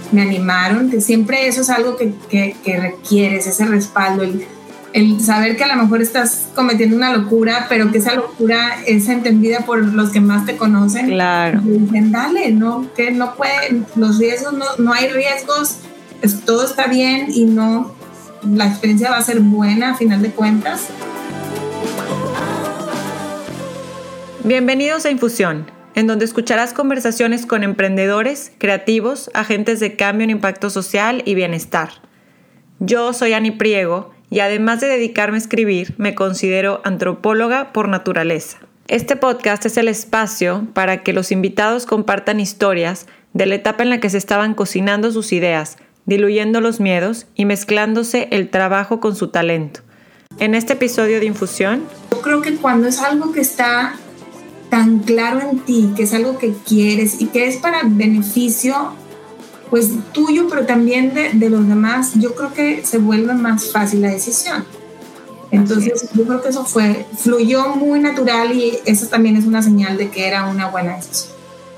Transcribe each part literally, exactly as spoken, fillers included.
me animaron, que siempre eso es algo que, que, que requieres, ese respaldo, el, el saber que a lo mejor estás cometiendo una locura, pero que esa locura es entendida por los que más te conocen. Claro. Y dicen, dale, no, que no pueden, los riesgos, no, no hay riesgos, es, todo está bien y no, la experiencia va a ser buena a final de cuentas. Bienvenidos a Infusión, en donde escucharás conversaciones con emprendedores, creativos, agentes de cambio en impacto social y bienestar. Yo soy Ani Priego y además de dedicarme a escribir, me considero antropóloga por naturaleza. Este podcast es el espacio para que los invitados compartan historias de la etapa en la que se estaban cocinando sus ideas, diluyendo los miedos y mezclándose el trabajo con su talento. En este episodio de Infusión, yo creo que cuando es algo que está tan claro en ti, que es algo que quieres y que es para beneficio pues tuyo, pero también de, de los demás, yo creo que se vuelve más fácil la decisión. Entonces yo creo que eso fue, fluyó muy natural y eso también es una señal de que era una buena decisión.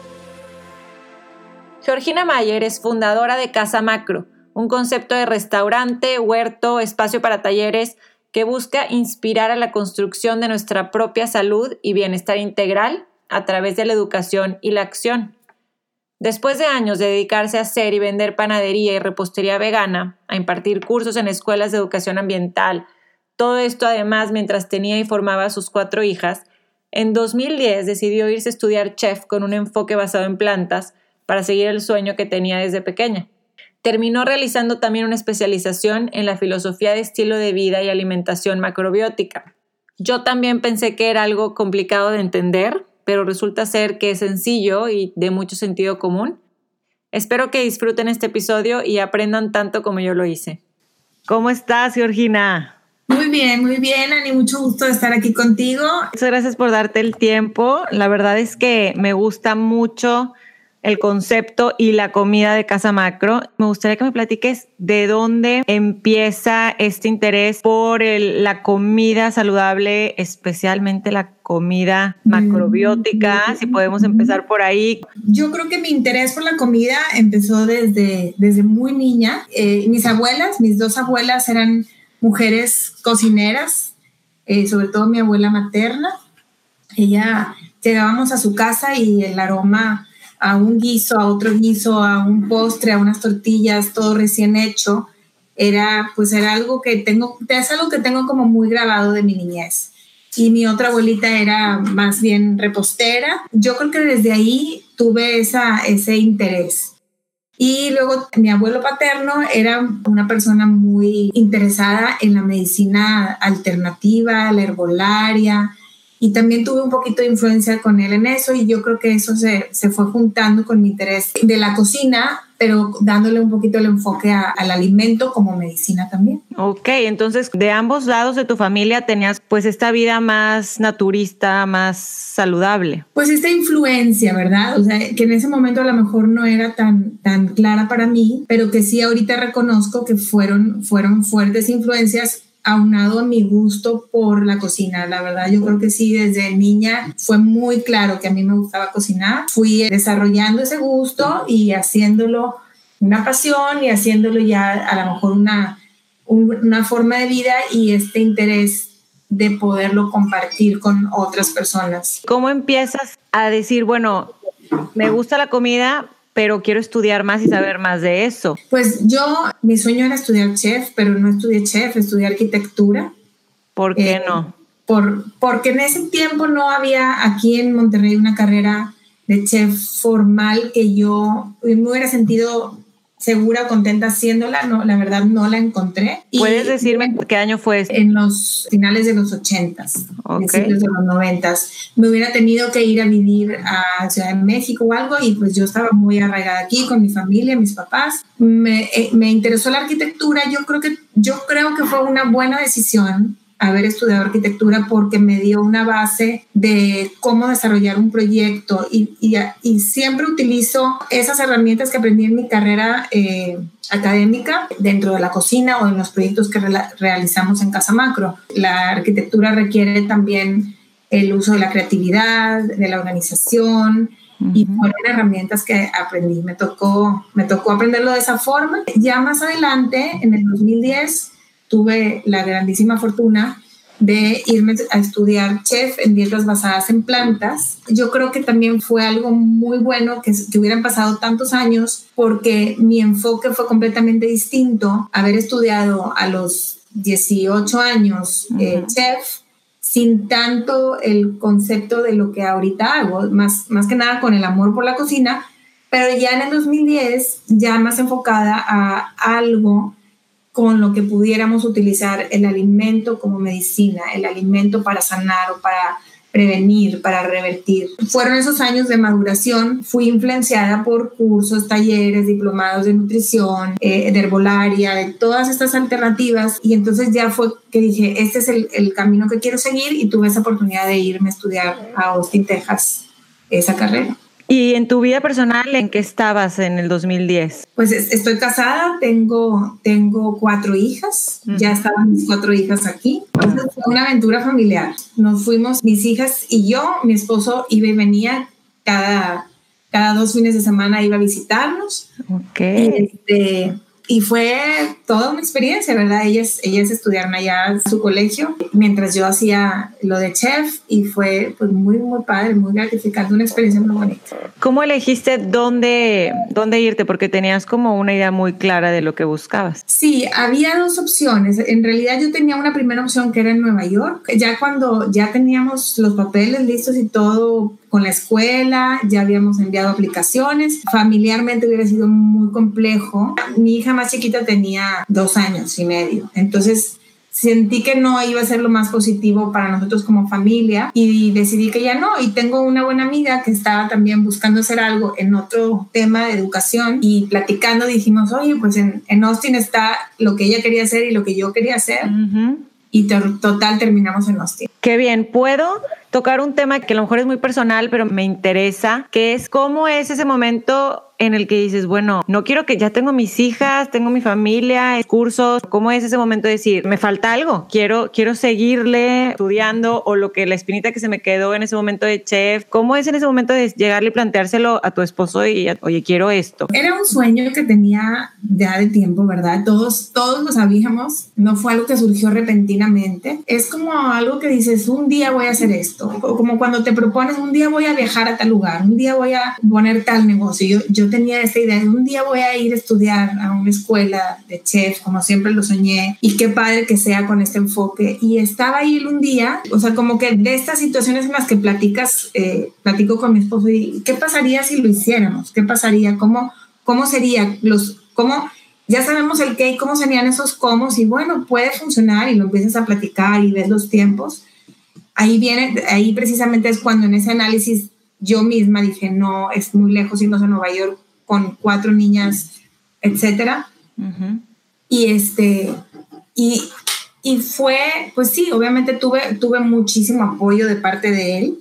Georgina Mayer es fundadora de Casa Macro, un concepto de restaurante, huerto, espacio para talleres que busca inspirar a la construcción de nuestra propia salud y bienestar integral a través de la educación y la acción. Después de años de dedicarse a hacer y vender panadería y repostería vegana, a impartir cursos en escuelas de educación ambiental, todo esto además mientras tenía y formaba a sus cuatro hijas, en dos mil diez decidió irse a estudiar chef con un enfoque basado en plantas para seguir el sueño que tenía desde pequeña. Terminó realizando también una especialización en la filosofía de estilo de vida y alimentación macrobiótica. Yo también pensé que era algo complicado de entender, pero resulta ser que es sencillo y de mucho sentido común. Espero que disfruten este episodio y aprendan tanto como yo lo hice. ¿Cómo estás, Georgina? Muy bien, muy bien, Ani, mucho gusto de estar aquí contigo. Muchas gracias por darte el tiempo. La verdad es que me gusta mucho el concepto y la comida de Casa Macro. Me gustaría que me platiques de dónde empieza este interés por el, la comida saludable, especialmente la comida macrobiótica, mm-hmm. Si podemos empezar por ahí. Yo creo que mi interés por la comida empezó desde, desde muy niña. Eh, mis abuelas, mis dos abuelas eran mujeres cocineras, eh, sobre todo mi abuela materna. Ella, llegábamos a su casa y el aroma a un guiso, a otro guiso, a un postre, a unas tortillas, todo recién hecho, era, pues era algo que tengo, es algo que tengo como muy grabado de mi niñez. Y mi otra abuelita era más bien repostera. Yo creo que desde ahí tuve esa, ese interés. Y luego mi abuelo paterno era una persona muy interesada en la medicina alternativa, la herbolaria, y también tuve un poquito de influencia con él en eso y yo creo que eso se, se fue juntando con mi interés de la cocina, pero dándole un poquito el enfoque a, al alimento como medicina también. Ok, entonces de ambos lados de tu familia tenías pues esta vida más naturista, más saludable. Pues esta influencia, ¿verdad? O sea, que en ese momento a lo mejor no era tan, tan clara para mí, pero que sí ahorita reconozco que fueron, fueron fuertes influencias aunado a mi gusto por la cocina. La verdad, yo creo que sí, desde niña fue muy claro que a mí me gustaba cocinar. Fui desarrollando ese gusto y haciéndolo una pasión y haciéndolo ya a lo mejor una, una forma de vida y este interés de poderlo compartir con otras personas. ¿Cómo empiezas a decir, bueno, me gusta la comida, pero quiero estudiar más y saber más de eso? Pues yo, mi sueño era estudiar chef, pero no estudié chef, estudié arquitectura. ¿Por qué eh, no? Por, porque en ese tiempo no había aquí en Monterrey una carrera de chef formal que yo me hubiera sentido segura o contenta haciéndola. No, la verdad no la encontré. ¿Puedes y, decirme qué año fue eso? En los finales de los ochentas, okay. Principios de los noventas. Me hubiera tenido que ir a vivir a Ciudad de México o algo y pues yo estaba muy arraigada aquí con mi familia, mis papás. Me, eh, me interesó la arquitectura. Yo creo que, yo creo que fue una buena decisión haber estudiado arquitectura porque me dio una base de cómo desarrollar un proyecto y, y, y siempre utilizo esas herramientas que aprendí en mi carrera eh, académica dentro de la cocina o en los proyectos que re- realizamos en Casa Macro. La arquitectura requiere también el uso de la creatividad, de la organización Uh-huh. Y fueron herramientas que aprendí. Me tocó, me tocó aprenderlo de esa forma. Ya más adelante, en el dos mil diez, tuve la grandísima fortuna de irme a estudiar chef en dietas basadas en plantas. Yo creo que también fue algo muy bueno que, que hubieran pasado tantos años, porque mi enfoque fue completamente distinto. Haber estudiado a los dieciocho años uh-huh. eh, chef, sin tanto el concepto de lo que ahorita hago, más, más que nada con el amor por la cocina, pero ya en el dos mil diez ya más enfocada a algo con lo que pudiéramos utilizar el alimento como medicina, el alimento para sanar o para prevenir, para revertir. Fueron esos años de maduración. Fui influenciada por cursos, talleres, diplomados de nutrición, eh, de herbolaria, de todas estas alternativas, y entonces ya fue que dije, este es el, el camino que quiero seguir, y tuve esa oportunidad de irme a estudiar a Austin, Texas, esa carrera. ¿Y en tu vida personal, en qué estabas en el dos mil diez? Pues estoy casada, tengo, tengo cuatro hijas, uh-huh. ya estaban mis cuatro hijas aquí. Entonces fue una aventura familiar. Nos fuimos, mis hijas y yo, mi esposo iba y venía cada, cada dos fines de semana, iba a visitarnos. Okay. Y, este, y fue toda una experiencia, ¿verdad? Ellas, ellas estudiaron allá en su colegio, mientras yo hacía lo de chef, y fue pues muy, muy padre, muy gratificante, una experiencia muy bonita. ¿Cómo elegiste dónde, dónde irte? Porque tenías como una idea muy clara de lo que buscabas. Sí, había dos opciones. En realidad yo tenía una primera opción que era en Nueva York. Ya cuando ya teníamos los papeles listos y todo con la escuela, ya habíamos enviado aplicaciones. Familiarmente hubiera sido muy complejo. Mi hija más chiquita tenía dos años y medio. Entonces sentí que no iba a ser lo más positivo para nosotros como familia, y decidí que ya no. Y tengo una buena amiga que estaba también buscando hacer algo en otro tema de educación, y platicando dijimos, oye, pues en, en Austin está lo que ella quería hacer y lo que yo quería hacer. Uh-huh. Y to- total terminamos en Austin. Qué bien. ¿Puedo tocar un tema que a lo mejor es muy personal, pero me interesa, que es cómo es ese momento en el que dices, bueno, no quiero que ya tengo mis hijas, tengo mi familia, cursos? ¿Cómo es ese momento de decir, me falta algo? Quiero, quiero seguirle estudiando, o lo que la espinita que se me quedó en ese momento de chef. ¿Cómo es en ese momento de llegarle y planteárselo a tu esposo y, oye, quiero esto? Era un sueño que tenía ya de tiempo, ¿verdad? Todos, todos lo sabíamos. No fue algo que surgió repentinamente. Es como algo que dices, un día voy a hacer esto. O como cuando te propones, un día voy a viajar a tal lugar, un día voy a poner tal negocio. Yo, yo tenía esa idea de un día voy a ir a estudiar a una escuela de chef, como siempre lo soñé, y qué padre que sea con este enfoque. Y estaba ahí un día, o sea, como que de estas situaciones en las que platicas, eh, platico con mi esposo, y ¿qué pasaría si lo hiciéramos? ¿Qué pasaría? ¿Cómo, cómo sería? Los, cómo, ya sabemos el qué y cómo serían esos cómo, y bueno, puede funcionar, y lo empiezas a platicar y ves los tiempos. Ahí viene, ahí precisamente es cuando en ese análisis yo misma dije, no, es muy lejos irnos a Nueva York con cuatro niñas, etcétera. Uh-huh. Y este, y, y fue, pues sí, obviamente tuve, tuve muchísimo apoyo de parte de él,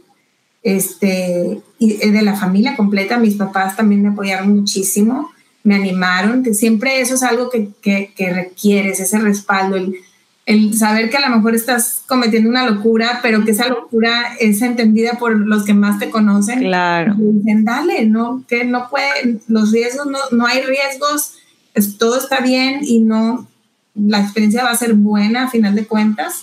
este, y de la familia completa. Mis papás también me apoyaron muchísimo, me animaron, que siempre eso es algo que, que, que requieres, ese respaldo, el, el saber que a lo mejor estás cometiendo una locura, pero que esa locura es entendida por los que más te conocen. Claro. Y dicen, dale, no, que no pueden, los riesgos, no, no hay riesgos, es, todo está bien, y no, la experiencia va a ser buena a final de cuentas.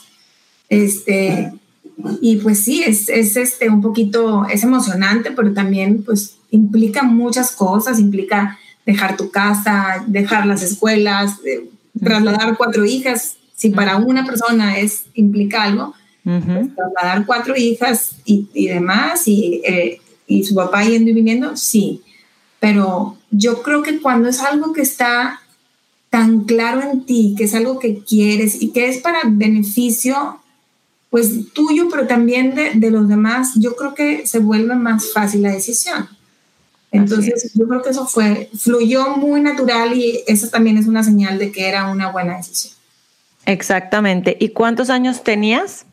Este, y pues sí, es, es este, un poquito, es emocionante, pero también pues implica muchas cosas, implica dejar tu casa, dejar las escuelas, eh, trasladar cuatro hijas. Si para una persona es, implica algo, uh-huh. pues trasladar cuatro hijas y, y demás, y, eh, y su papá yendo y viniendo, sí. Pero yo creo que cuando es algo que está tan claro en ti, que es algo que quieres y que es para beneficio, pues tuyo, pero también de, de los demás, yo creo que se vuelve más fácil la decisión. Entonces yo creo que eso fue, fluyó muy natural, y eso también es una señal de que era una buena decisión. Exactamente. ¿Y cuántos años tenías?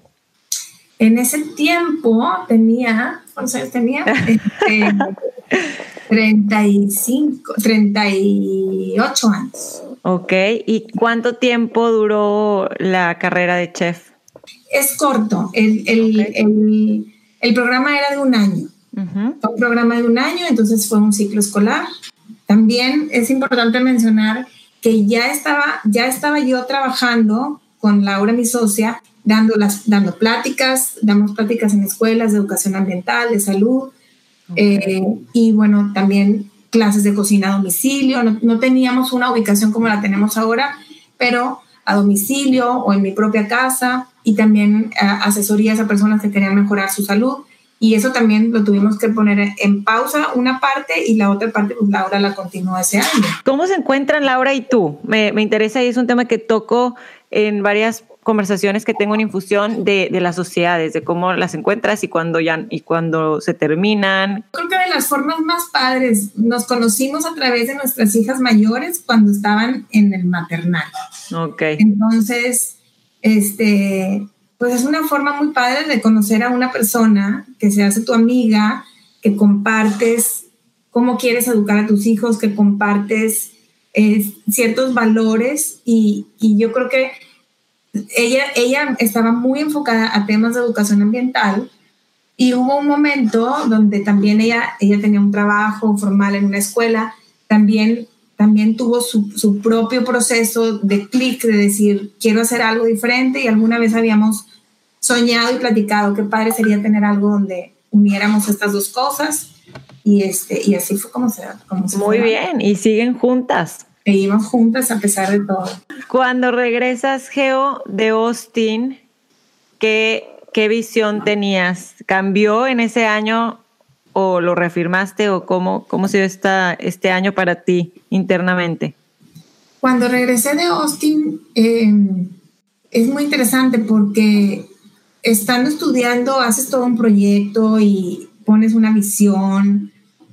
En ese tiempo tenía, ¿cuántos años tenía? Este, treinta y cinco, treinta y ocho años. Ok. ¿Y cuánto tiempo duró la carrera de chef? Es corto. El, el, okay. el, el programa era de un año. Uh-huh. Fue un programa de un año, entonces fue un ciclo escolar. También es importante mencionar que ya estaba, ya estaba yo trabajando con Laura, mi socia, dando, las, dando pláticas, damos pláticas en escuelas de educación ambiental, de salud, okay. eh, y bueno, también clases de cocina a domicilio. No, no teníamos una ubicación como la tenemos ahora, pero a domicilio o en mi propia casa, y también uh, asesorías a personas que querían mejorar su salud. Y eso también lo tuvimos que poner en pausa una parte, y la otra parte, pues Laura la continuó ese año. ¿Cómo se encuentran Laura y tú? Me, me interesa, y es un tema que toco en varias conversaciones que tengo en Infusión de, de las sociedades, de cómo las encuentras y cuando, ya, y cuando se terminan. Creo que de las formas más padres, nos conocimos a través de nuestras hijas mayores cuando estaban en el maternal. Okay. Entonces, este... pues es una forma muy padre de conocer a una persona que se hace tu amiga, que compartes cómo quieres educar a tus hijos, que compartes eh, ciertos valores, y, y yo creo que ella, ella estaba muy enfocada a temas de educación ambiental, y hubo un momento donde también ella, ella tenía un trabajo formal en una escuela, también, también tuvo su, su propio proceso de clic, de decir, quiero hacer algo diferente, y alguna vez habíamos soñado y platicado qué padre sería tener algo donde uniéramos estas dos cosas, y, este, y así fue como se, como se Muy fue. bien, y siguen juntas. Seguimos juntas a pesar de todo. Cuando regresas, Geo, de Austin, ¿qué, qué visión tenías? ¿Cambió en ese año o lo reafirmaste, o cómo, cómo se dio esta, este año para ti internamente? Cuando regresé de Austin, eh, es muy interesante porque estando estudiando haces todo un proyecto y pones una visión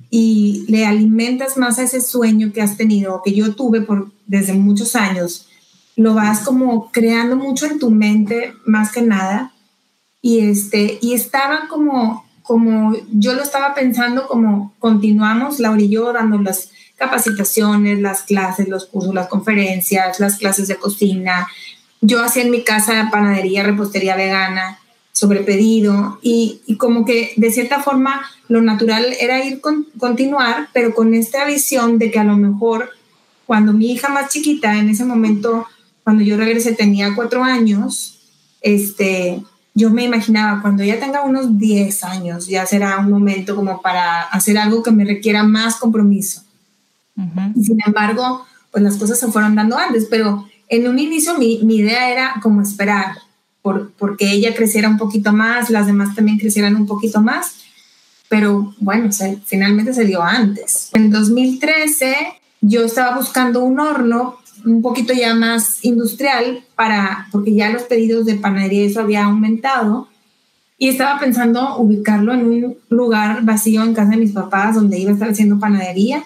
y le alimentas más a ese sueño que has tenido, que yo tuve por, desde muchos años. Lo vas como creando mucho en tu mente, más que nada. Y, este, y estaba como, como, yo lo estaba pensando como continuamos, Laura y yo, dando las capacitaciones, las clases, los cursos, las conferencias, las clases de cocina. Yo hacía en mi casa panadería, repostería vegana, sobre pedido, y, y como que de cierta forma lo natural era ir con, continuar, pero con esta visión de que a lo mejor cuando mi hija más chiquita, en ese momento, cuando yo regresé tenía cuatro años, este, yo me imaginaba cuando ella tenga unos diez años, ya será un momento como para hacer algo que me requiera más compromiso. Uh-huh. Y sin embargo, pues las cosas se fueron dando antes, pero en un inicio mi, mi idea era como esperar, por, porque ella creciera un poquito más, las demás también crecieran un poquito más, pero bueno, se, finalmente se dio antes. En dos mil trece yo estaba buscando un horno un poquito ya más industrial, para, porque ya los pedidos de panadería eso había aumentado, y estaba pensando ubicarlo en un lugar vacío en casa de mis papás donde iba a estar haciendo panadería.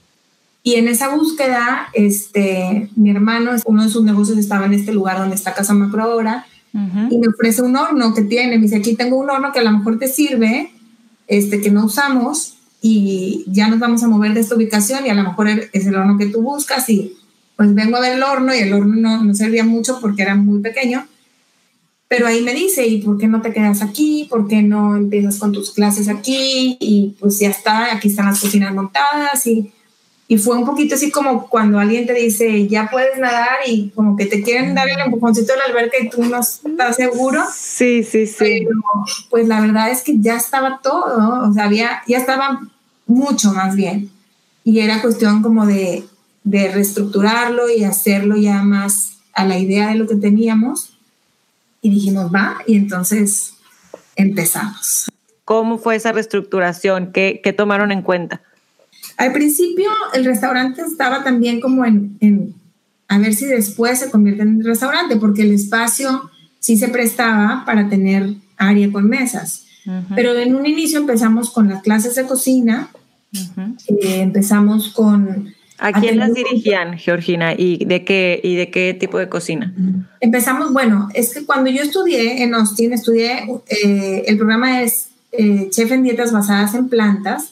Y en esa búsqueda, este, mi hermano, uno de sus negocios estaba en este lugar donde está Casa Macro ahora, uh-huh. y me ofrece un horno que tiene. Me dice, aquí tengo un horno que a lo mejor te sirve, este, que no usamos, y ya nos vamos a mover de esta ubicación, y a lo mejor es el horno que tú buscas. Y pues vengo a ver el horno, y el horno no, no servía mucho porque era muy pequeño. Pero ahí me dice, ¿y por qué no te quedas aquí? ¿Por qué no empiezas con tus clases aquí? Y pues ya está, aquí están las cocinas montadas, y... Y fue un poquito así como cuando alguien te dice, ya puedes nadar, y como que te quieren dar el empujoncito de la alberca y tú no estás seguro. Sí, sí, sí. Pero pues la verdad es que ya estaba todo, o sea, había, ya estaba mucho más bien. Y era cuestión como de, de reestructurarlo y hacerlo ya más a la idea de lo que teníamos. Y dijimos, va, y entonces empezamos. ¿Cómo fue esa reestructuración? ¿Qué, qué tomaron en cuenta? Al principio el restaurante estaba también como en, en a ver si después se convierte en restaurante, porque el espacio sí se prestaba para tener área con mesas. Uh-huh. Pero en un inicio empezamos con las clases de cocina, uh-huh. eh, empezamos con... ¿A quién las dirigían, Georgina? ¿Y de qué, y de qué tipo de cocina? Empezamos, bueno, es que cuando yo estudié en Austin, estudié, eh, el programa es eh, Chef en Dietas Basadas en Plantas.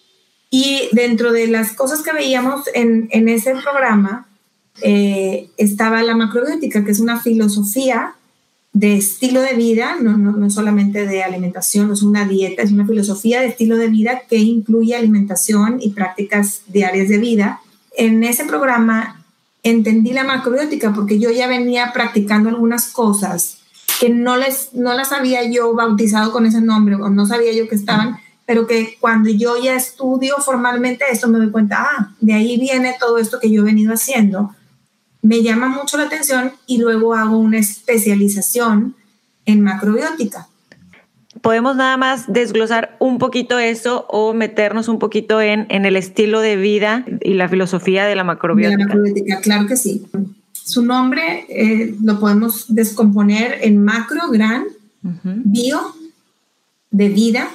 Y dentro de las cosas que veíamos en, en ese programa eh, estaba la macrobiótica, que es una filosofía de estilo de vida, no, no, no solamente de alimentación, no es una dieta, es una filosofía de estilo de vida que incluye alimentación y prácticas diarias de vida. En ese programa entendí la macrobiótica porque yo ya venía practicando algunas cosas que no, les, no las había yo bautizado con ese nombre o no sabía yo que estaban, pero que cuando yo ya estudio formalmente esto me doy cuenta, ah, de ahí viene todo esto que yo he venido haciendo. Me llama mucho la atención y luego hago una especialización en macrobiótica. ¿Podemos nada más desglosar un poquito eso o meternos un poquito en, en el estilo de vida y la filosofía de la macrobiótica? De la macrobiótica, claro que sí. Su nombre eh, lo podemos descomponer en macro, gran, uh-huh. bio, de vida,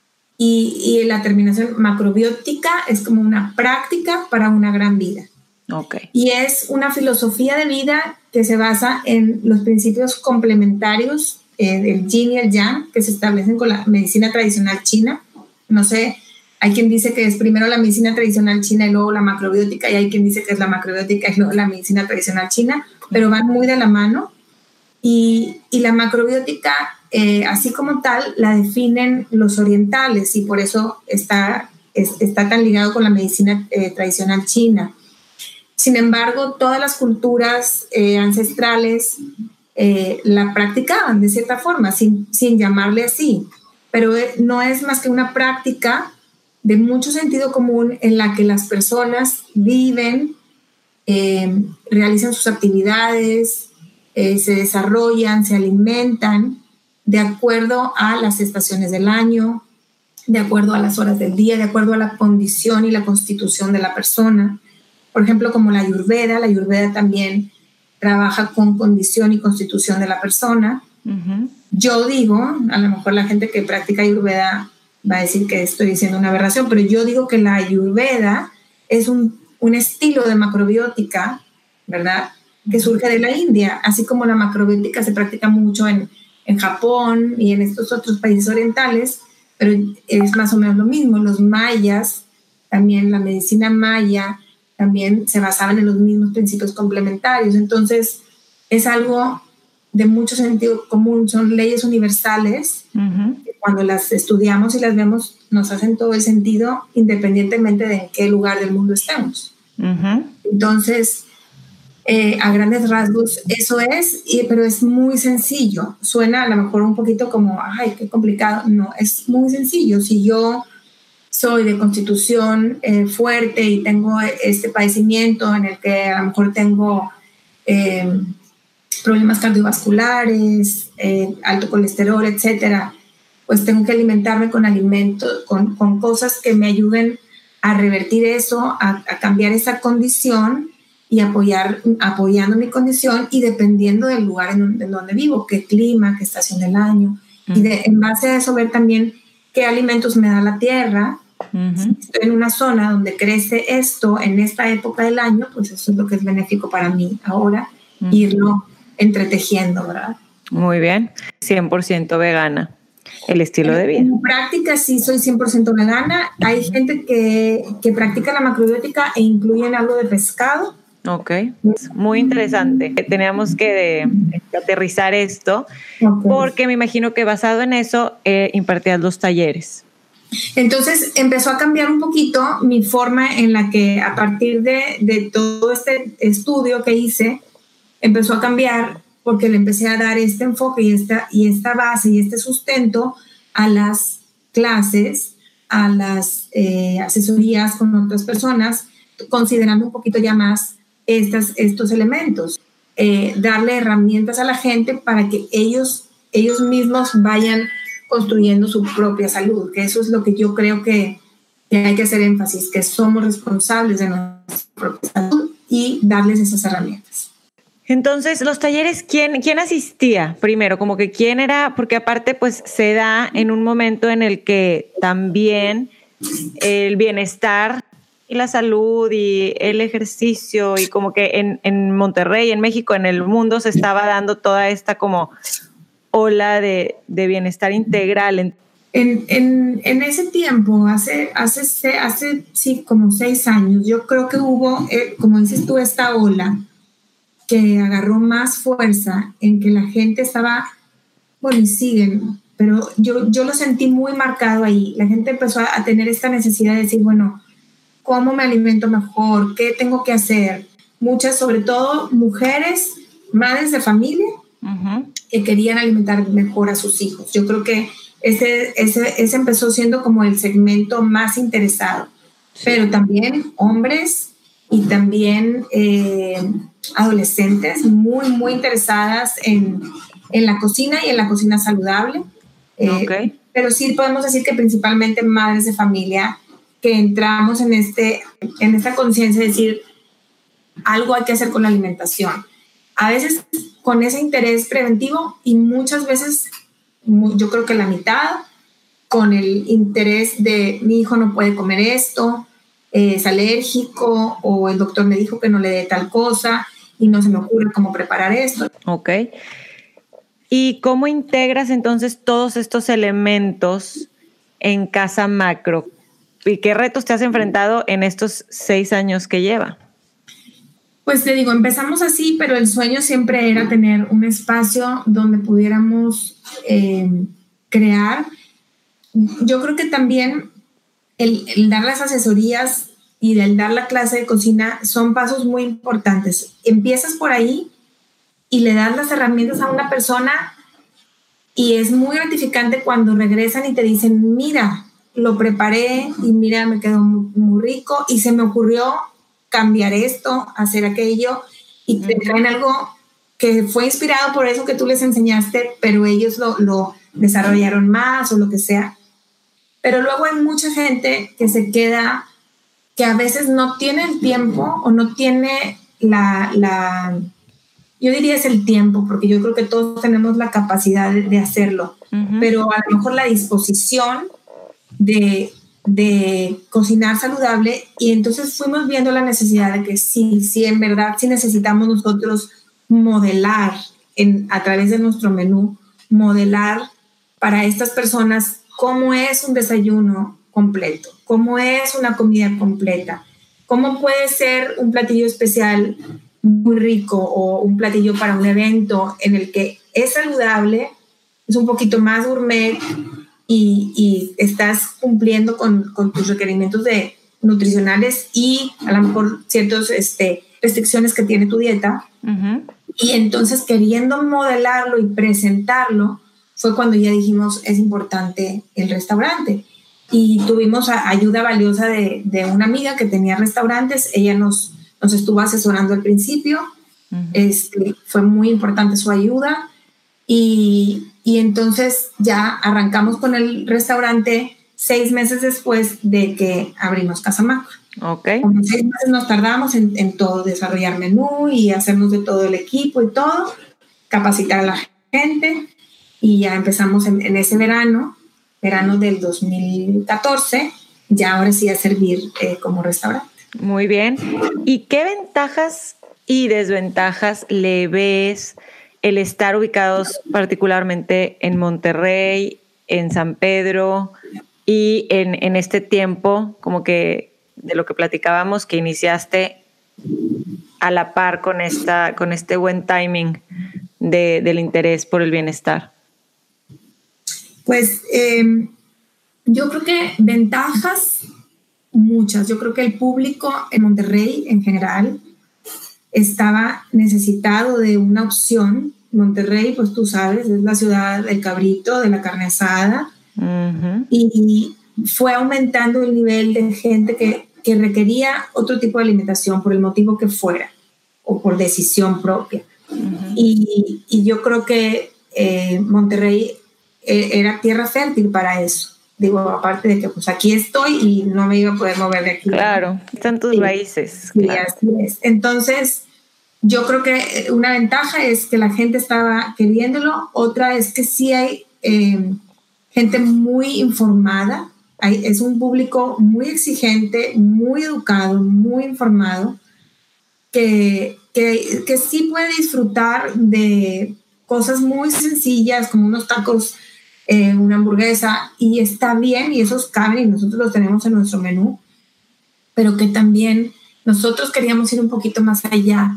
y, y la terminación macrobiótica es como una práctica para una gran vida. Okay. Y es una filosofía de vida que se basa en los principios complementarios eh, del yin y el yang que se establecen con la medicina tradicional china. No sé, hay quien dice que es primero la medicina tradicional china y luego la macrobiótica, y hay quien dice que es la macrobiótica y luego la medicina tradicional china, pero van muy de la mano. Y, y la macrobiótica, eh, así como tal, la definen los orientales y por eso está, es, está tan ligado con la medicina eh, tradicional china. Sin embargo, todas las culturas eh, ancestrales eh, la practicaban de cierta forma, sin, sin llamarle así, pero no es más que una práctica de mucho sentido común en la que las personas viven, eh, realizan sus actividades, eh, se desarrollan, se alimentan de acuerdo a las estaciones del año, de acuerdo a las horas del día, de acuerdo a la condición y la constitución de la persona. Por ejemplo, como la Ayurveda, la Ayurveda también trabaja con condición y constitución de la persona. Uh-huh. Yo digo, a lo mejor la gente que practica Ayurveda va a decir que estoy diciendo una aberración, pero yo digo que la Ayurveda es un, un estilo de macrobiótica, ¿verdad?, que surge de la India, así como la macrobiótica se practica mucho en, en Japón y en estos otros países orientales, pero es más o menos lo mismo. Los mayas, también la medicina maya, también se basaban en los mismos principios complementarios. Entonces, es algo de mucho sentido común, son leyes universales, uh-huh. que cuando las estudiamos y las vemos nos hacen todo el sentido independientemente de en qué lugar del mundo estemos. Uh-huh. Entonces, eh, a grandes rasgos eso es, y, pero es muy sencillo. Suena a lo mejor un poquito como, ay, qué complicado. No, es muy sencillo. Si yo soy de constitución eh, fuerte y tengo este padecimiento en el que a lo mejor tengo eh, problemas cardiovasculares, eh, alto colesterol, etcétera, pues tengo que alimentarme con alimentos, con, con cosas que me ayuden a revertir eso, a, a cambiar esa condición y apoyar, apoyando mi condición y dependiendo del lugar en donde, en donde vivo, qué clima, qué estación del año, mm. y de, en base a eso ver también qué alimentos me da la tierra. Uh-huh. Si estoy en una zona donde crece esto en esta época del año, pues eso es lo que es benéfico para mí ahora, uh-huh. irlo entretejiendo, ¿verdad? Muy bien, cien por ciento vegana, el estilo en, de vida. En práctica sí soy cien por ciento vegana. Hay gente que, que practica la macrobiótica e incluyen algo de pescado. Ok, muy interesante. Teníamos que de, de aterrizar esto, okay. porque me imagino que basado en eso eh, impartías los talleres. Entonces empezó a cambiar un poquito mi forma en la que a partir de, de todo este estudio que hice, empezó a cambiar porque le empecé a dar este enfoque y esta, y esta base y este sustento a las clases, a las eh, asesorías con otras personas, considerando un poquito ya más estas, estos elementos. Eh, darle herramientas a la gente para que ellos, ellos mismos vayan construyendo su propia salud, que eso es lo que yo creo que, que hay que hacer énfasis, que somos responsables de nuestra propia salud y darles esas herramientas. Entonces, los talleres, ¿quién, quién asistía primero? Como que quién era, porque aparte pues se da en un momento en el que también el bienestar y la salud y el ejercicio y como que en, en Monterrey, en México, en el mundo se estaba dando toda esta como ola de, de bienestar integral. En, en, en ese tiempo, hace, hace, hace sí, como seis años, yo creo que hubo, eh, como dices tú, esta ola que agarró más fuerza en que la gente estaba, bueno, y siguen, pero yo, yo lo sentí muy marcado ahí. La gente empezó a, a tener esta necesidad de decir, bueno, ¿cómo me alimento mejor? ¿Qué tengo que hacer? Muchas, sobre todo mujeres, madres de familia, uh-huh. que querían alimentar mejor a sus hijos. Yo creo que ese, ese, ese empezó siendo como el segmento más interesado. Sí. Pero también hombres y también eh, adolescentes muy, muy interesadas en, en la cocina y en la cocina saludable. Eh, okay. Pero sí podemos decir que principalmente madres de familia que entramos en, este, en esta conciencia de decir algo hay que hacer con la alimentación. A veces con ese interés preventivo y muchas veces, yo creo que la mitad, con el interés de mi hijo no puede comer esto, eh, es alérgico o el doctor me dijo que no le dé tal cosa y no se me ocurre cómo preparar esto. Ok. ¿Y cómo integras entonces todos estos elementos en Casa Macro? ¿Y qué retos te has enfrentado en estos seis años que lleva? Pues te digo, empezamos así, pero el sueño siempre era tener un espacio donde pudiéramos eh, crear. Yo creo que también el, el dar las asesorías y el dar la clase de cocina son pasos muy importantes. Empiezas por ahí y le das las herramientas a una persona y es muy gratificante cuando regresan y te dicen, mira, lo preparé y mira, me quedó muy, muy rico y se me ocurrió cambiar esto, hacer aquello, y te traen algo que fue inspirado por eso que tú les enseñaste, pero ellos lo, lo desarrollaron más o lo que sea. Pero luego hay mucha gente que se queda, que a veces no tiene el tiempo o no tiene la, la yo diría es el tiempo, porque yo creo que todos tenemos la capacidad de, de hacerlo, uh-huh. pero a lo mejor la disposición de de cocinar saludable, y entonces fuimos viendo la necesidad de que sí, sí, en verdad, sí necesitamos nosotros modelar en, a través de nuestro menú, modelar para estas personas cómo es un desayuno completo, cómo es una comida completa, cómo puede ser un platillo especial muy rico o un platillo para un evento en el que es saludable, es un poquito más gourmet, Y, y estás cumpliendo con, con tus requerimientos de nutricionales y a lo mejor ciertas este, restricciones que tiene tu dieta. Uh-huh. Y entonces queriendo modelarlo y presentarlo fue cuando ya dijimos es importante el restaurante. Y tuvimos a, ayuda valiosa de, de una amiga que tenía restaurantes. Ella nos, nos estuvo asesorando al principio. Uh-huh. Este, fue muy importante su ayuda. Y, y entonces ya arrancamos con el restaurante seis meses después de que abrimos Casa Macro. Okay. Como seis meses nos tardamos en, en todo, desarrollar menú y hacernos de todo el equipo y todo, capacitar a la gente, y ya empezamos en, en ese verano, verano del dos mil catorce, ya ahora sí a servir eh, como restaurante. Muy bien. ¿Y qué ventajas y desventajas le ves el estar ubicados particularmente en Monterrey, en San Pedro y en, en este tiempo, como que de lo que platicábamos, que iniciaste a la par con, esta, con este buen timing de, del interés por el bienestar? Pues eh, yo creo que ventajas muchas. Yo creo que el público en Monterrey en general estaba necesitado de una opción. Monterrey, pues tú sabes, es la ciudad del cabrito, de la carne asada, uh-huh. y fue aumentando el nivel de gente que, que requería otro tipo de alimentación por el motivo que fuera o por decisión propia. Uh-huh. Y, y yo creo que eh, Monterrey eh, era tierra fértil para eso. Digo, aparte de que pues aquí estoy y no me iba a poder mover de aquí. Claro, están tus sí, raíces. Sí, claro. así es. Entonces, yo creo que una ventaja es que la gente estaba queriéndolo. Otra es que sí hay eh, gente muy informada. Hay, es un público muy exigente, muy educado, muy informado, que, que, que sí puede disfrutar de cosas muy sencillas como unos tacos, eh, una hamburguesa, y está bien, y esos caben y nosotros los tenemos en nuestro menú, pero que también nosotros queríamos ir un poquito más allá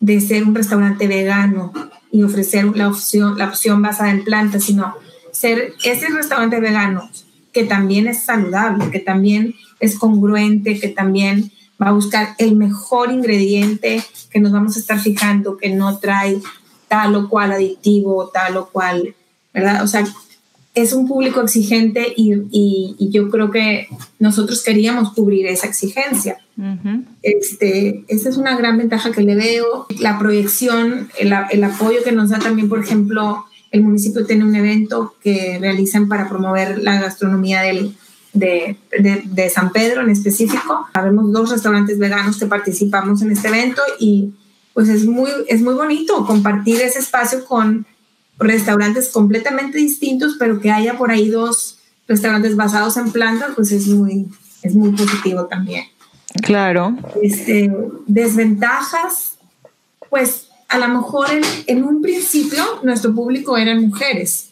de ser un restaurante vegano y ofrecer la opción, la opción basada en plantas, sino ser ese restaurante vegano que también es saludable, que también es congruente, que también va a buscar el mejor ingrediente, que nos vamos a estar fijando que no trae tal o cual aditivo, tal o cual, ¿verdad? O sea, es un público exigente y, y, y yo creo que nosotros queríamos cubrir esa exigencia. Uh-huh. Este, esa es una gran ventaja que le veo. La proyección, el, el apoyo que nos da también, por ejemplo, el municipio tiene un evento que realizan para promover la gastronomía del, de, de, de San Pedro en específico. Habemos dos restaurantes veganos que participamos en este evento y pues es muy, es muy bonito compartir ese espacio con restaurantes completamente distintos, pero que haya por ahí dos restaurantes basados en plantas, pues es muy, es muy positivo también. Claro. Este, desventajas, pues a lo mejor en, en un principio nuestro público eran mujeres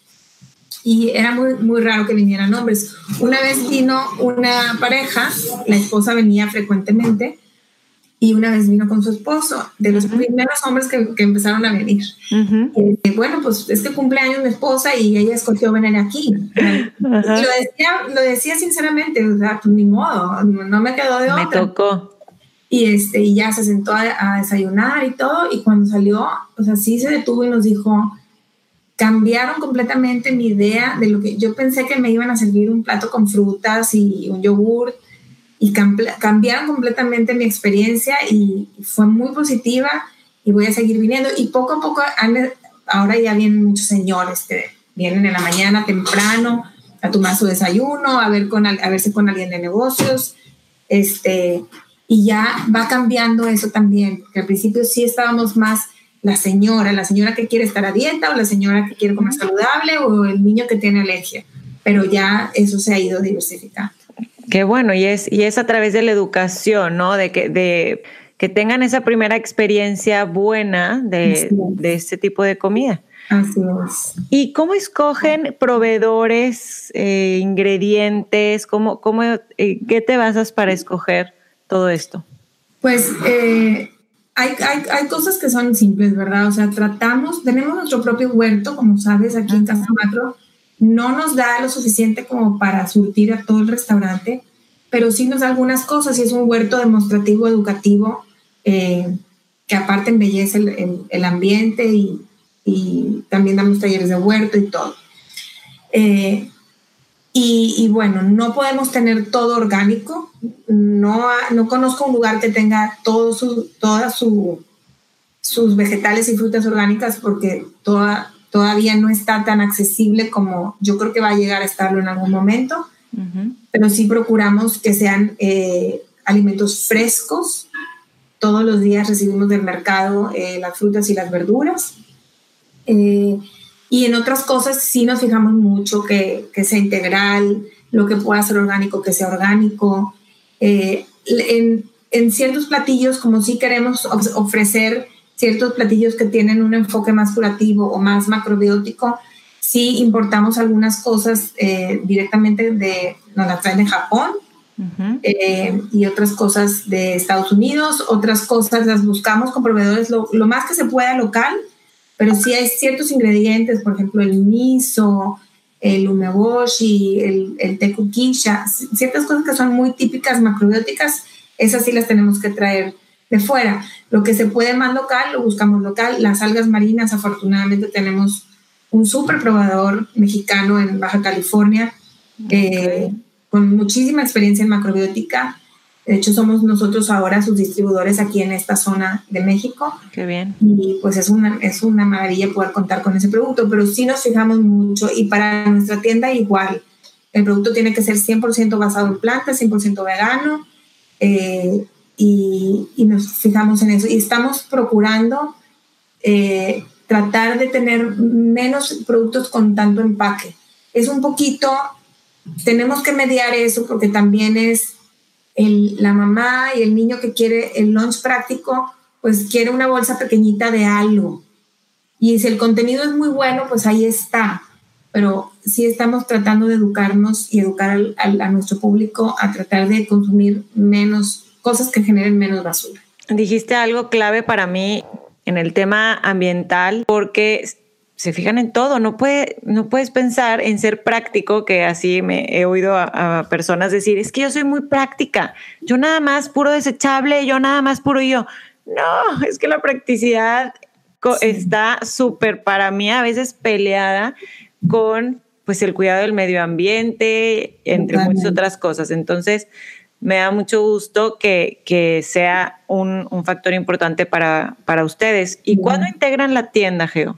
y era muy, muy raro que vinieran hombres. Una vez vino una pareja, la esposa venía frecuentemente y una vez vino con su esposo, de los uh-huh. primeros hombres que, que empezaron a venir. Uh-huh. Y, bueno, pues es que cumpleaños mi esposa y ella escogió venir aquí. Uh-huh. Y lo decía, lo decía sinceramente, o sea, pues ni modo, no, no me quedó de otra. Me tocó. Y, este, y ya se sentó a, a desayunar y todo, y cuando salió, o sea, sí se detuvo y nos dijo, cambiaron completamente mi idea de lo que yo pensé que me iban a servir un plato con frutas y un yogur, y cambiaron completamente mi experiencia y fue muy positiva y voy a seguir viniendo. Y poco a poco, ahora ya vienen muchos señores que vienen en la mañana temprano a tomar su desayuno, a, ver con, a verse con alguien de negocios, este, y ya va cambiando eso también, porque al principio sí estábamos más la señora, la señora que quiere estar a dieta o la señora que quiere comer saludable o el niño que tiene alergia, pero ya eso se ha ido diversificando. Qué bueno, y es, y es a través de la educación, ¿no? De que, de que tengan esa primera experiencia buena de, de este tipo de comida. Así es. ¿Y cómo escogen proveedores, eh, ingredientes? ¿Cómo, cómo, eh, ¿Qué te basas para escoger todo esto? Pues eh, hay, hay, hay cosas que son simples, ¿verdad? O sea, tratamos, tenemos nuestro propio huerto, como sabes, aquí en Casa Macro. No nos da lo suficiente como para surtir a todo el restaurante, pero sí nos da algunas cosas y es un huerto demostrativo, educativo, eh, que aparte embellece el, el, el ambiente y, y también damos talleres de huerto y todo. Eh, y, y bueno, no podemos tener todo orgánico, no, no conozco un lugar que tenga todo su, todas su, sus vegetales y frutas orgánicas porque toda... todavía no está tan accesible como yo creo que va a llegar a estarlo en algún momento, uh-huh. pero sí procuramos que sean eh, alimentos frescos. Todos los días recibimos del mercado eh, las frutas y las verduras. Eh, y en otras cosas sí nos fijamos mucho que, que sea integral, lo que pueda ser orgánico, que sea orgánico. Eh, en, en ciertos platillos, como sí queremos ofrecer ciertos platillos que tienen un enfoque más curativo o más macrobiótico, sí importamos algunas cosas eh, directamente de, nos las traen de Japón uh-huh. eh, y otras cosas de Estados Unidos, otras cosas las buscamos con proveedores lo, lo más que se pueda local, pero sí hay ciertos ingredientes, por ejemplo el miso, el umeboshi, el, el tekukisha, ciertas cosas que son muy típicas macrobióticas, esas sí las tenemos que traer de fuera. Lo que se puede más local, lo buscamos local. Las algas marinas, afortunadamente tenemos un súper probador mexicano en Baja California, okay. eh, con muchísima experiencia en macrobiótica. De hecho, somos nosotros ahora sus distribuidores aquí en esta zona de México. Qué bien. Y pues es una, es una maravilla poder contar con ese producto, pero sí nos fijamos mucho y para nuestra tienda igual. El producto tiene que ser cien por ciento basado en plantas, cien por ciento vegano, eh, Y, y nos fijamos en eso y estamos procurando eh, tratar de tener menos productos con tanto empaque. Es un poquito, tenemos que mediar eso porque también es el, la mamá y el niño que quiere el lunch práctico, pues quiere una bolsa pequeñita de algo. Y si el contenido es muy bueno, pues ahí está. Pero sí estamos tratando de educarnos y educar al, al, a nuestro público a tratar de consumir menos cosas que generen menos basura. Dijiste algo clave para mí en el tema ambiental, porque se fijan en todo. No, puede, no puedes pensar en ser práctico, que así me he oído a, a personas decir, es que yo soy muy práctica, yo nada más puro desechable, yo nada más puro yo. No, es que la practicidad sí. está súper, para mí, a veces peleada con pues el cuidado del medio ambiente, entre Totalmente. muchas otras cosas. Entonces, me da mucho gusto que, que sea un, un factor importante para, para ustedes. ¿Y bueno. cuándo integran la tienda, Geo?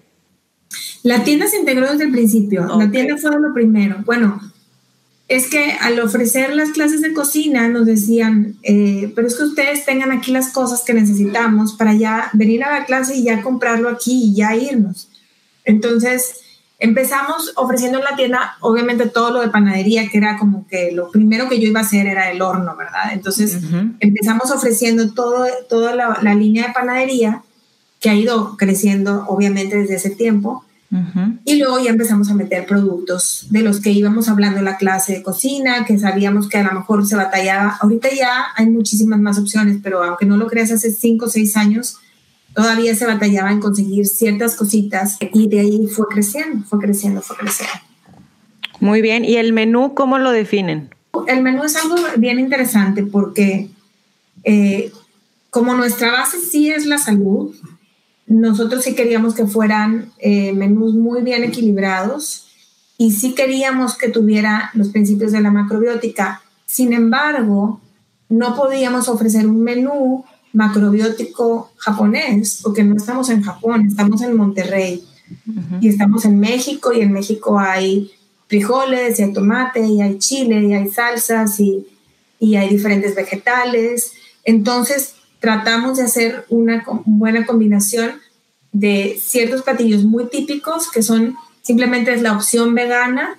La tienda se integró desde el principio. Okay. La tienda fue lo primero. Bueno, es que al ofrecer las clases de cocina nos decían, eh, pero es que ustedes tengan aquí las cosas que necesitamos para ya venir a la clase y ya comprarlo aquí y ya irnos. Entonces, empezamos ofreciendo en la tienda, obviamente, todo lo de panadería, que era como que lo primero que yo iba a hacer era el horno, ¿verdad? Entonces, uh-huh. empezamos ofreciendo todo, toda la, la línea de panadería, que ha ido creciendo, obviamente, desde ese tiempo. Uh-huh. Y luego ya empezamos a meter productos de los que íbamos hablando en la clase de cocina, que sabíamos que a lo mejor se batallaba. Ahorita ya hay muchísimas más opciones, pero aunque no lo creas, hace cinco o seis años todavía se batallaba en conseguir ciertas cositas y de ahí fue creciendo, fue creciendo, fue creciendo. Muy bien. ¿Y el menú cómo lo definen? El menú es algo bien interesante porque eh, como nuestra base sí es la salud, nosotros sí queríamos que fueran eh, menús muy bien equilibrados y sí queríamos que tuviera los principios de la macrobiótica. Sin embargo, no podíamos ofrecer un menú macrobiótico japonés, porque no estamos en Japón, estamos en Monterrey uh-huh. y estamos en México, y en México hay frijoles, y hay tomate, y hay chile, y hay salsas, y, y hay diferentes vegetales. Entonces tratamos de hacer una buena combinación de ciertos platillos muy típicos, que son simplemente es la opción vegana,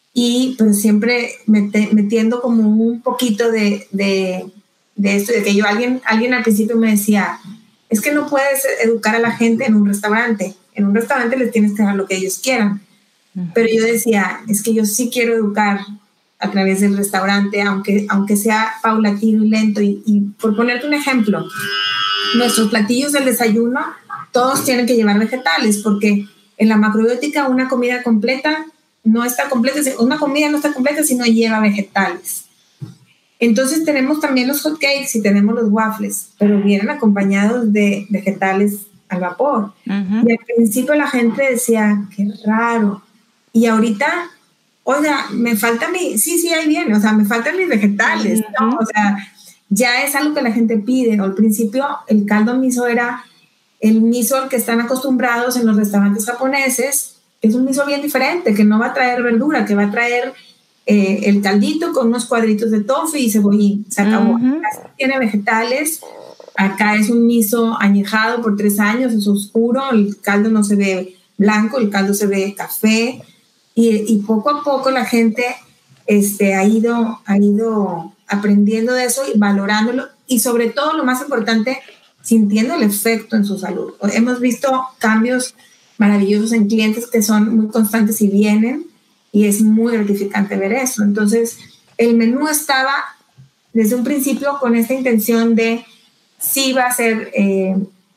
y pero siempre mete, metiendo como un poquito de, de de esto, de que yo, alguien, alguien al principio me decía, es que no puedes educar a la gente en un restaurante, en un restaurante les tienes que dar lo que ellos quieran, uh-huh. pero yo decía, es que yo sí quiero educar a través del restaurante, aunque, aunque sea paulatino y lento, y, y por ponerte un ejemplo, nuestros platillos del desayuno, todos tienen que llevar vegetales, porque en la macrobiótica una comida completa no está completa, una comida no está completa si no lleva vegetales. Entonces tenemos también los hot cakes y tenemos los waffles, pero vienen acompañados de vegetales al vapor. Uh-huh. Y al principio la gente decía, qué raro. Y ahorita, oiga, me falta mi, sí, sí, ahí viene, o sea, me faltan mis vegetales, uh-huh. ¿no? O sea, ya es algo que la gente pide. Al principio el caldo miso era el miso al que están acostumbrados en los restaurantes japoneses. Es un miso bien diferente, que no va a traer verdura, que va a traer Eh, el caldito con unos cuadritos de tofu y cebollín, se acabó. Uh-huh. Acá tiene vegetales, acá es un miso añejado por tres años, es oscuro, el caldo no se ve blanco, el caldo se ve café, y, y poco a poco la gente este, ha, ido, ha ido aprendiendo de eso y valorándolo, y sobre todo, lo más importante, sintiendo el efecto en su salud. Hemos visto cambios maravillosos en clientes que son muy constantes y vienen, y es muy gratificante ver eso. Entonces, el menú estaba desde un principio con esta intención de sí va a ser eh,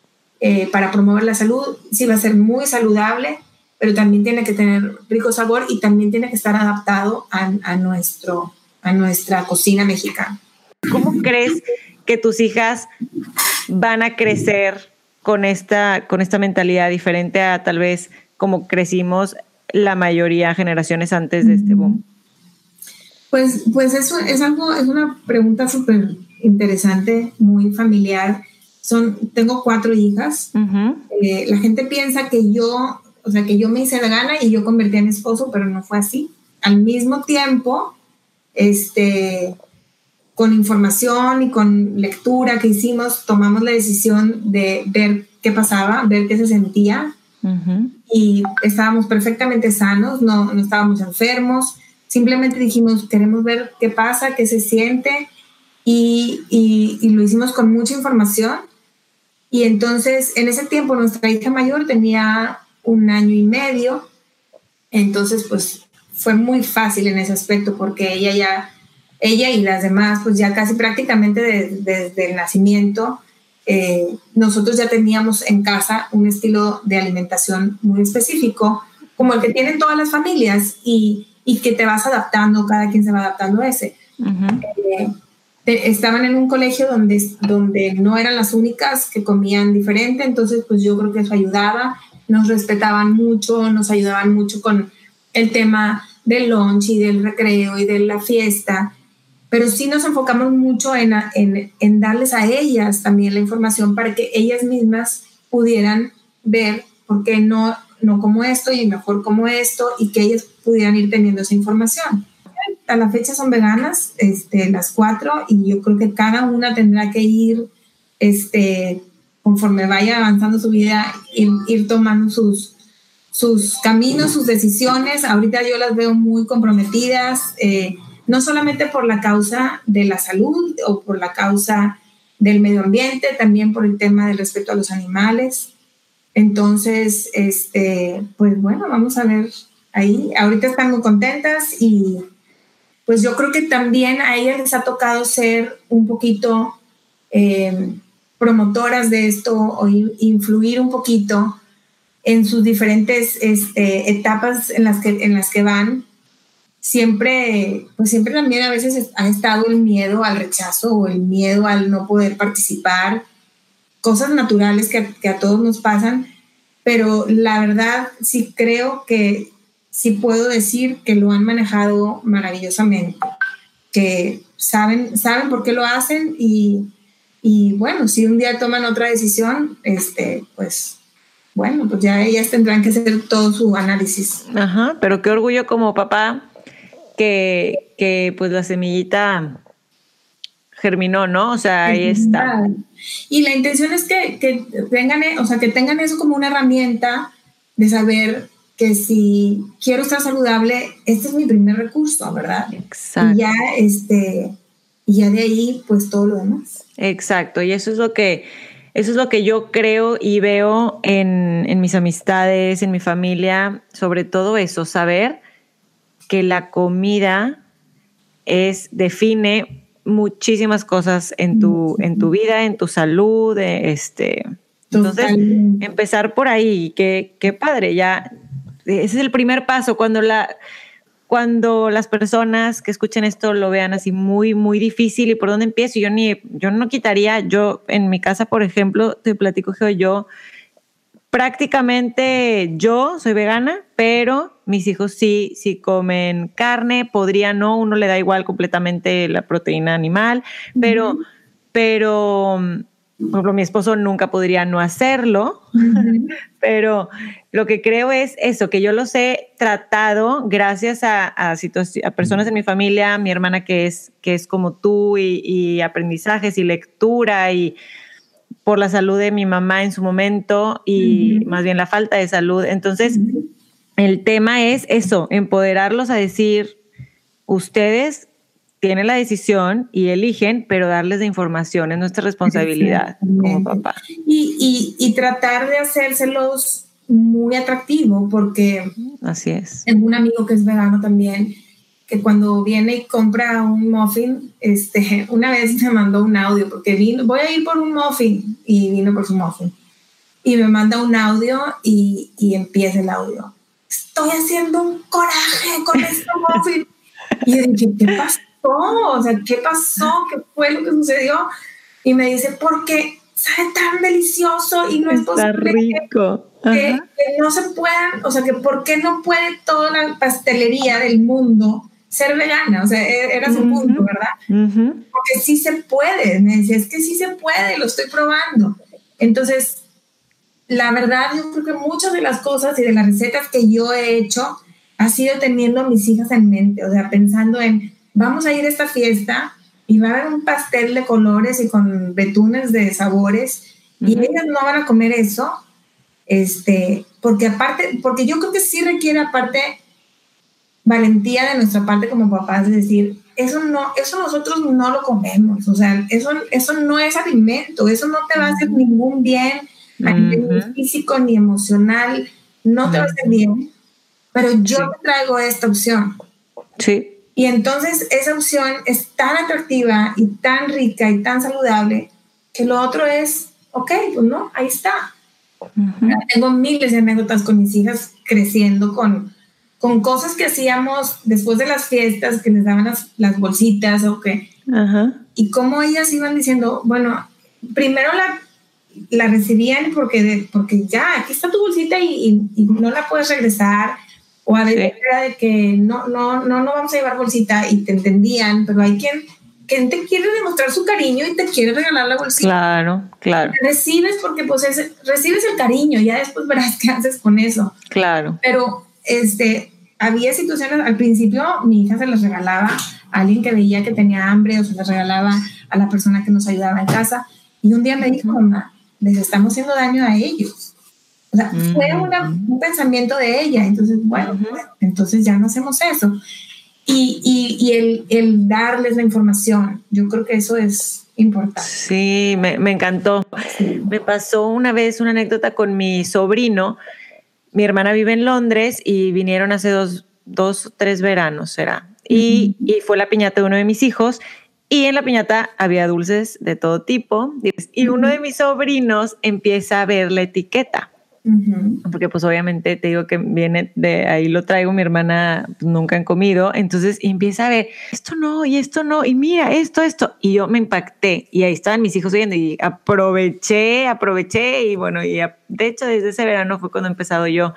eh, para promover la salud, sí va a ser muy saludable, pero también tiene que tener rico sabor y también tiene que estar adaptado a, a, nuestro, a nuestra cocina mexicana. ¿Cómo crees que tus hijas van a crecer con esta, con esta mentalidad diferente a tal vez como crecimos la mayoría generaciones antes de este boom? Pues, pues eso es algo, es una pregunta súper interesante, muy familiar. Son, tengo cuatro hijas. Uh-huh. Eh, la gente piensa que yo, o sea, que yo me hice la gana y yo convertí a mi esposo, pero no fue así. Al mismo tiempo, este, con información y con lectura que hicimos, tomamos la decisión de ver qué pasaba, ver qué se sentía. Uh-huh. Y estábamos perfectamente sanos, no, no estábamos enfermos, simplemente dijimos, queremos ver qué pasa, qué se siente, y, y, y lo hicimos con mucha información. Y entonces, en ese tiempo, nuestra hija mayor tenía un año y medio, entonces pues fue muy fácil en ese aspecto, porque ella ya, ella y las demás, pues ya casi prácticamente desde, desde el nacimiento, eh, nosotros ya teníamos en casa un estilo de alimentación muy específico, como el que tienen todas las familias, y, y que te vas adaptando, cada quien se va adaptando a ese. Uh-huh. Eh, te, estaban en un colegio donde, donde no eran las únicas que comían diferente, entonces pues yo creo que eso ayudaba, nos respetaban mucho, nos ayudaban mucho con el tema del lunch y del recreo y de la fiesta, pero sí nos enfocamos mucho en, en, en darles a ellas también la información para que ellas mismas pudieran ver por qué no, no como esto y mejor como esto, y que ellas pudieran ir teniendo esa información. A la fecha son veganas, este, las cuatro, y yo creo que cada una tendrá que ir, este, conforme vaya avanzando su vida, ir, ir tomando sus, sus caminos, sus decisiones. Ahorita yo las veo muy comprometidas, eh, no solamente por la causa de la salud o por la causa del medio ambiente, también por el tema del respeto a los animales. Entonces, este, pues bueno, vamos a ver ahí. Ahorita están muy contentas, y pues yo creo que también a ellas les ha tocado ser un poquito eh, promotoras de esto, o influir un poquito en sus diferentes este, etapas en las que, en las que van. Siempre, pues siempre también a veces ha estado el miedo al rechazo o el miedo al no poder participar, cosas naturales que, que a todos nos pasan, pero la verdad sí creo que sí puedo decir que lo han manejado maravillosamente, que saben, saben por qué lo hacen, y, y bueno, si un día toman otra decisión, este, pues bueno, pues ya ellas tendrán que hacer todo su análisis. Ajá, pero qué orgullo como papá que, que pues la semillita germinó, ¿no? O sea, ahí está. Y la intención es que, que tengan, o sea, que tengan eso como una herramienta de saber que si quiero estar saludable, este es mi primer recurso, ¿verdad? Exacto. Y ya, este, y ya de ahí, pues todo lo demás. Exacto, y eso es lo que, eso es lo que yo creo y veo en, en mis amistades, en mi familia, sobre todo eso, saber que la comida es, define muchísimas cosas en tu, en tu vida, en tu salud, este, entonces Totalmente. Empezar por ahí, qué, qué padre, ya, ese es el primer paso, cuando la, cuando las personas que escuchen esto lo vean así muy, muy difícil, y por dónde empiezo, yo ni, yo no quitaría, yo en mi casa, por ejemplo, te platico que yo prácticamente yo soy vegana, pero mis hijos sí, sí comen carne, podría no, uno le da igual completamente la proteína animal, uh-huh. pero, pero, por ejemplo, mi esposo nunca podría no hacerlo, uh-huh. pero lo que creo es eso, que yo los he tratado gracias a, a, situa- a personas en mi familia, mi hermana que es, que es como tú, y, y aprendizajes y lectura, y por la salud de mi mamá en su momento, y uh-huh. más bien la falta de salud. Entonces, uh-huh. el tema es eso, empoderarlos a decir, ustedes tienen la decisión y eligen, pero darles la información es nuestra responsabilidad como papá. Y, y, y tratar de hacérselos muy atractivo, porque así es. Tengo un amigo que es vegano también, que cuando viene y compra un muffin, este, una vez me mandó un audio, porque vino, voy a ir por un muffin, y vino por su muffin, y me manda un audio, y, y empieza el audio. Estoy haciendo un coraje con este muffin. Y yo dije, ¿qué pasó? O sea, ¿qué pasó? ¿Qué fue lo que sucedió? Y me dice, porque sabe tan delicioso y no es Está posible rico. Que, que, que no se puedan, o sea, que ¿por qué no puede toda la pastelería del mundo ser vegana? O sea, era su uh-huh. punto, ¿verdad? Uh-huh. Porque sí se puede. Me decía, es que sí se puede, lo estoy probando. Entonces, la verdad, yo creo que muchas de las cosas y de las recetas que yo he hecho ha sido teniendo a mis hijas en mente, o sea, pensando en, vamos a ir a esta fiesta y va a haber un pastel de colores y con betunes de sabores, uh-huh. y ellas no van a comer eso, este, porque aparte, porque yo creo que sí requiere aparte valentía de nuestra parte como papás, de decir, eso no, eso nosotros no lo comemos, o sea, eso, eso no es alimento, eso no te va a hacer ningún bien, uh-huh. a nivel físico ni emocional, no te uh-huh. va a hacer bien, pero yo sí. te traigo esta opción. Sí. Y entonces esa opción es tan atractiva y tan rica y tan saludable que lo otro es ok, pues no, ahí está. Uh-huh. Tengo miles de anécdotas con mis hijas creciendo con, con cosas que hacíamos después de las fiestas, que les daban las, las bolsitas o que... Uh-huh. Y cómo ellas iban diciendo, bueno, primero la, la recibían porque, de, porque ya, aquí está tu bolsita y, y, y no la puedes regresar. O a veces sí. Era de que no, no, no, no vamos a llevar bolsita y te entendían, pero hay quien, quien te quiere demostrar su cariño y te quiere regalar la bolsita. Claro, claro. Te recibes porque pues es, recibes el cariño, ya después verás qué haces con eso. Claro. Pero este, había situaciones, al principio mi hija se las regalaba a alguien que veía que tenía hambre o se las regalaba a la persona que nos ayudaba en casa. Y un día me dijo, mamá, les estamos haciendo daño a ellos. O sea, uh-huh. fue una, un pensamiento de ella. Entonces, bueno, uh-huh. pues, entonces ya no hacemos eso. Y, y, y el, el darles la información, yo creo que eso es importante. Sí, me, me encantó. Sí. Me pasó una vez una anécdota con mi sobrino. Mi hermana vive en Londres y vinieron hace dos, dos tres veranos, será. Y, uh-huh. y fue la piñata de uno de mis hijos. Y en la piñata había dulces de todo tipo. Y uh-huh. uno de mis sobrinos empieza a ver la etiqueta. Uh-huh. Porque pues obviamente te digo que viene de ahí, lo traigo, mi hermana pues, nunca han comido, entonces empieza a ver esto no y esto no y mira esto, esto y yo me impacté y ahí estaban mis hijos viendo y aproveché, aproveché y bueno, y a, de hecho desde ese verano fue cuando he empezado yo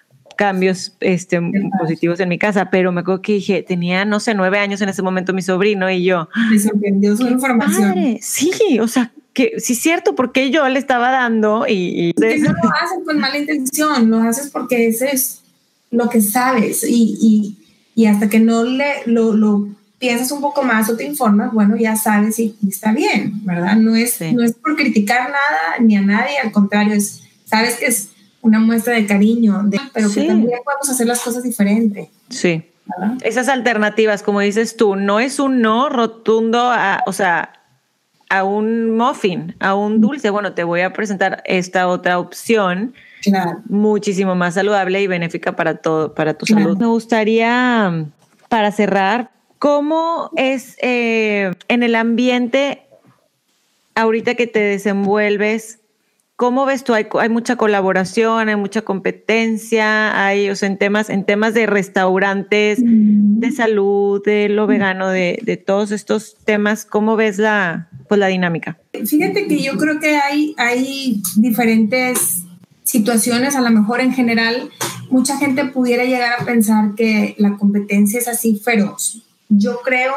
cambios este, positivos en mi casa, pero me acuerdo que dije, tenía no sé, nueve años en ese momento mi sobrino y yo me sorprendió su información. Padre, sí, o sea que sí es cierto, porque yo le estaba dando y... y que no lo haces con mala intención, lo haces porque ese es lo que sabes y, y, y hasta que no le, lo, lo piensas un poco más o te informas, bueno, ya sabes y, y está bien, ¿verdad? No es, sí. no es por criticar nada ni a nadie, al contrario, es, sabes que es una muestra de cariño, de, pero sí. que también podemos hacer las cosas diferentes. Sí. ¿Verdad? Esas alternativas, como dices tú, no es un no rotundo, a, o sea... a un muffin, a un dulce, bueno, te voy a presentar esta otra opción, claro. muchísimo más saludable y benéfica para todo, para tu claro. salud. Me gustaría, para cerrar, ¿cómo es eh, en el ambiente ahorita que te desenvuelves? ¿Cómo ves tú? Hay, hay mucha colaboración, hay mucha competencia, hay, o sea, en temas, en temas de restaurantes, mm. de salud, de lo vegano, de, de todos estos temas. ¿Cómo ves la, pues, la dinámica? Fíjate que yo creo que hay, hay diferentes situaciones. A lo mejor en general mucha gente pudiera llegar a pensar que la competencia es así feroz. Yo creo,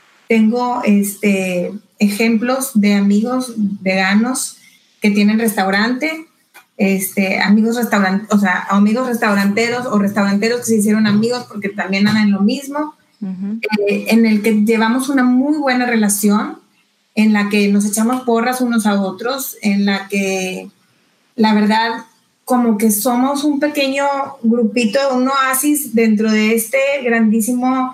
tengo este, ejemplos de amigos veganos que tienen restaurante, este, amigos restaurantes, o sea, amigos restauranteros o restauranteros que se hicieron amigos porque también andan en lo mismo, uh-huh. eh, en el que llevamos una muy buena relación, en la que nos echamos porras unos a otros, en la que la verdad como que somos un pequeño grupito, un oasis dentro de este grandísimo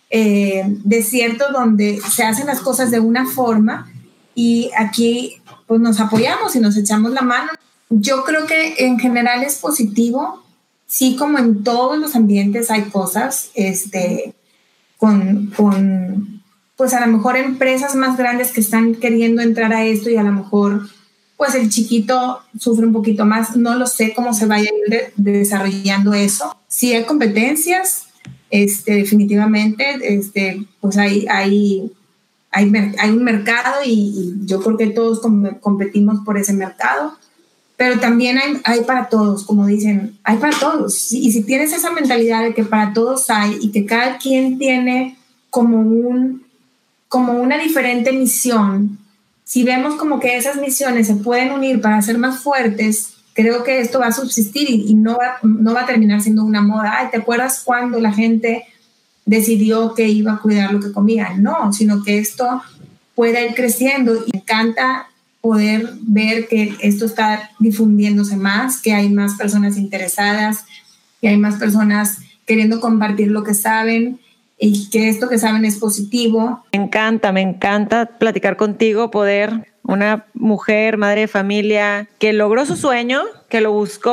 eh, desierto donde se hacen las cosas de una forma y aquí pues nos apoyamos y nos echamos la mano. Yo creo que en general es positivo, sí, como en todos los ambientes hay cosas, este, con, con, pues a lo mejor empresas más grandes que están queriendo entrar a esto y a lo mejor, pues el chiquito sufre un poquito más, no lo sé cómo se vaya a ir de, de desarrollando eso. Sí hay competencias, este, definitivamente, este, pues hay... hay Hay, hay un mercado y, y yo creo que todos com- competimos por ese mercado, pero también hay, hay para todos, como dicen, hay para todos. Y si tienes esa mentalidad de que para todos hay y que cada quien tiene como, un, como una diferente misión, si vemos como que esas misiones se pueden unir para ser más fuertes, creo que esto va a subsistir y, y no, va, no va a terminar siendo una moda. Ay, ¿te acuerdas cuando la gente decidió que iba a cuidar lo que comía? No, sino que esto pueda ir creciendo y me encanta poder ver que esto está difundiéndose más, que hay más personas interesadas, que hay más personas queriendo compartir lo que saben y que esto que saben es positivo. Me encanta, me encanta platicar contigo, poder, una mujer, madre de familia, que logró su sueño, que lo buscó,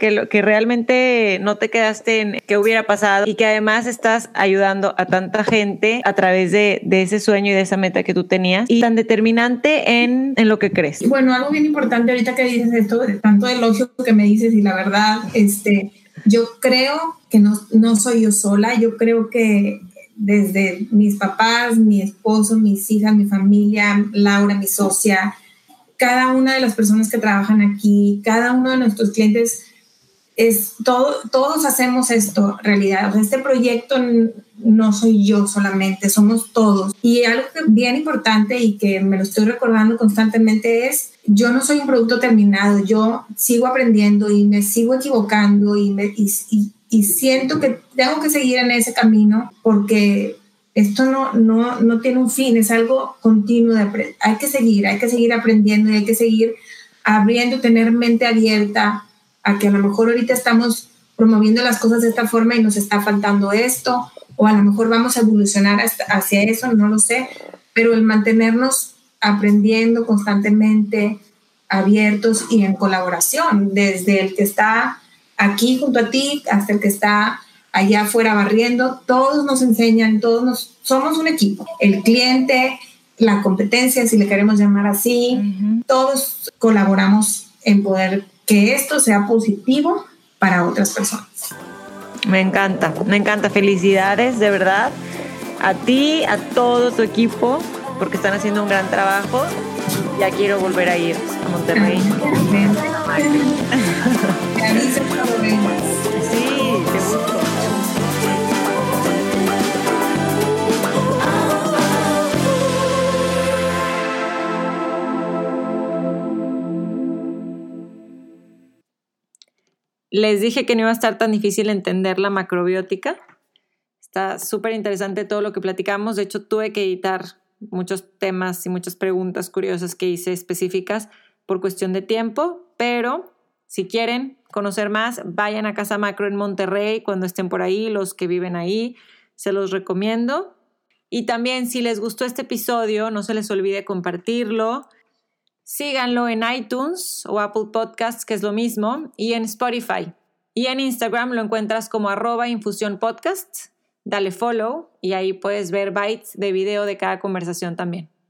que, lo, que realmente no te quedaste en qué hubiera pasado y que además estás ayudando a tanta gente a través de, de ese sueño y de esa meta que tú tenías y tan determinante en, en lo que crees. Bueno, algo bien importante ahorita que dices esto, de tanto elogio que me dices y la verdad, este, yo creo que no, no soy yo sola, yo creo que desde mis papás, mi esposo, mis hijas, mi familia, Laura, mi socia, cada una de las personas que trabajan aquí, cada uno de nuestros clientes, es todo, todos hacemos esto realidad. O sea, este proyecto no soy yo solamente, somos todos. Y algo que bien importante y que me lo estoy recordando constantemente es, yo no soy un producto terminado, yo sigo aprendiendo y me sigo equivocando y, me, y, y, y siento que tengo que seguir en ese camino porque esto no, no, no tiene un fin, es algo continuo. De aprender. Hay que seguir, hay que seguir aprendiendo y hay que seguir abriendo, tener mente abierta a que a lo mejor ahorita estamos promoviendo las cosas de esta forma y nos está faltando esto, o a lo mejor vamos a evolucionar hasta, hacia eso, no lo sé, pero el mantenernos aprendiendo constantemente, abiertos y en colaboración, desde el que está aquí junto a ti hasta el que está allá afuera barriendo, todos nos enseñan, todos nos, somos un equipo. El cliente, la competencia, si le queremos llamar así, uh-huh. Todos colaboramos en poder que esto sea positivo para otras personas. Me encanta, me encanta. Felicidades, de verdad, a ti, a todo tu equipo, porque están haciendo un gran trabajo. Ya quiero volver a ir a Monterrey. Me avisas cuando vengas. Sí, te gusto. Les dije que no iba a estar tan difícil entender la macrobiótica. Está súper interesante todo lo que platicamos. De hecho, tuve que editar muchos temas y muchas preguntas curiosas que hice específicas por cuestión de tiempo, pero si quieren conocer más, vayan a Casa Macro en Monterrey cuando estén por ahí, los que viven ahí, se los recomiendo. Y también, si les gustó este episodio, no se les olvide compartirlo. Síganlo en iTunes o Apple Podcasts, que es lo mismo, y en Spotify. Y en Instagram lo encuentras como arroba infusión podcast. Dale follow y ahí puedes ver bytes de video de cada conversación también.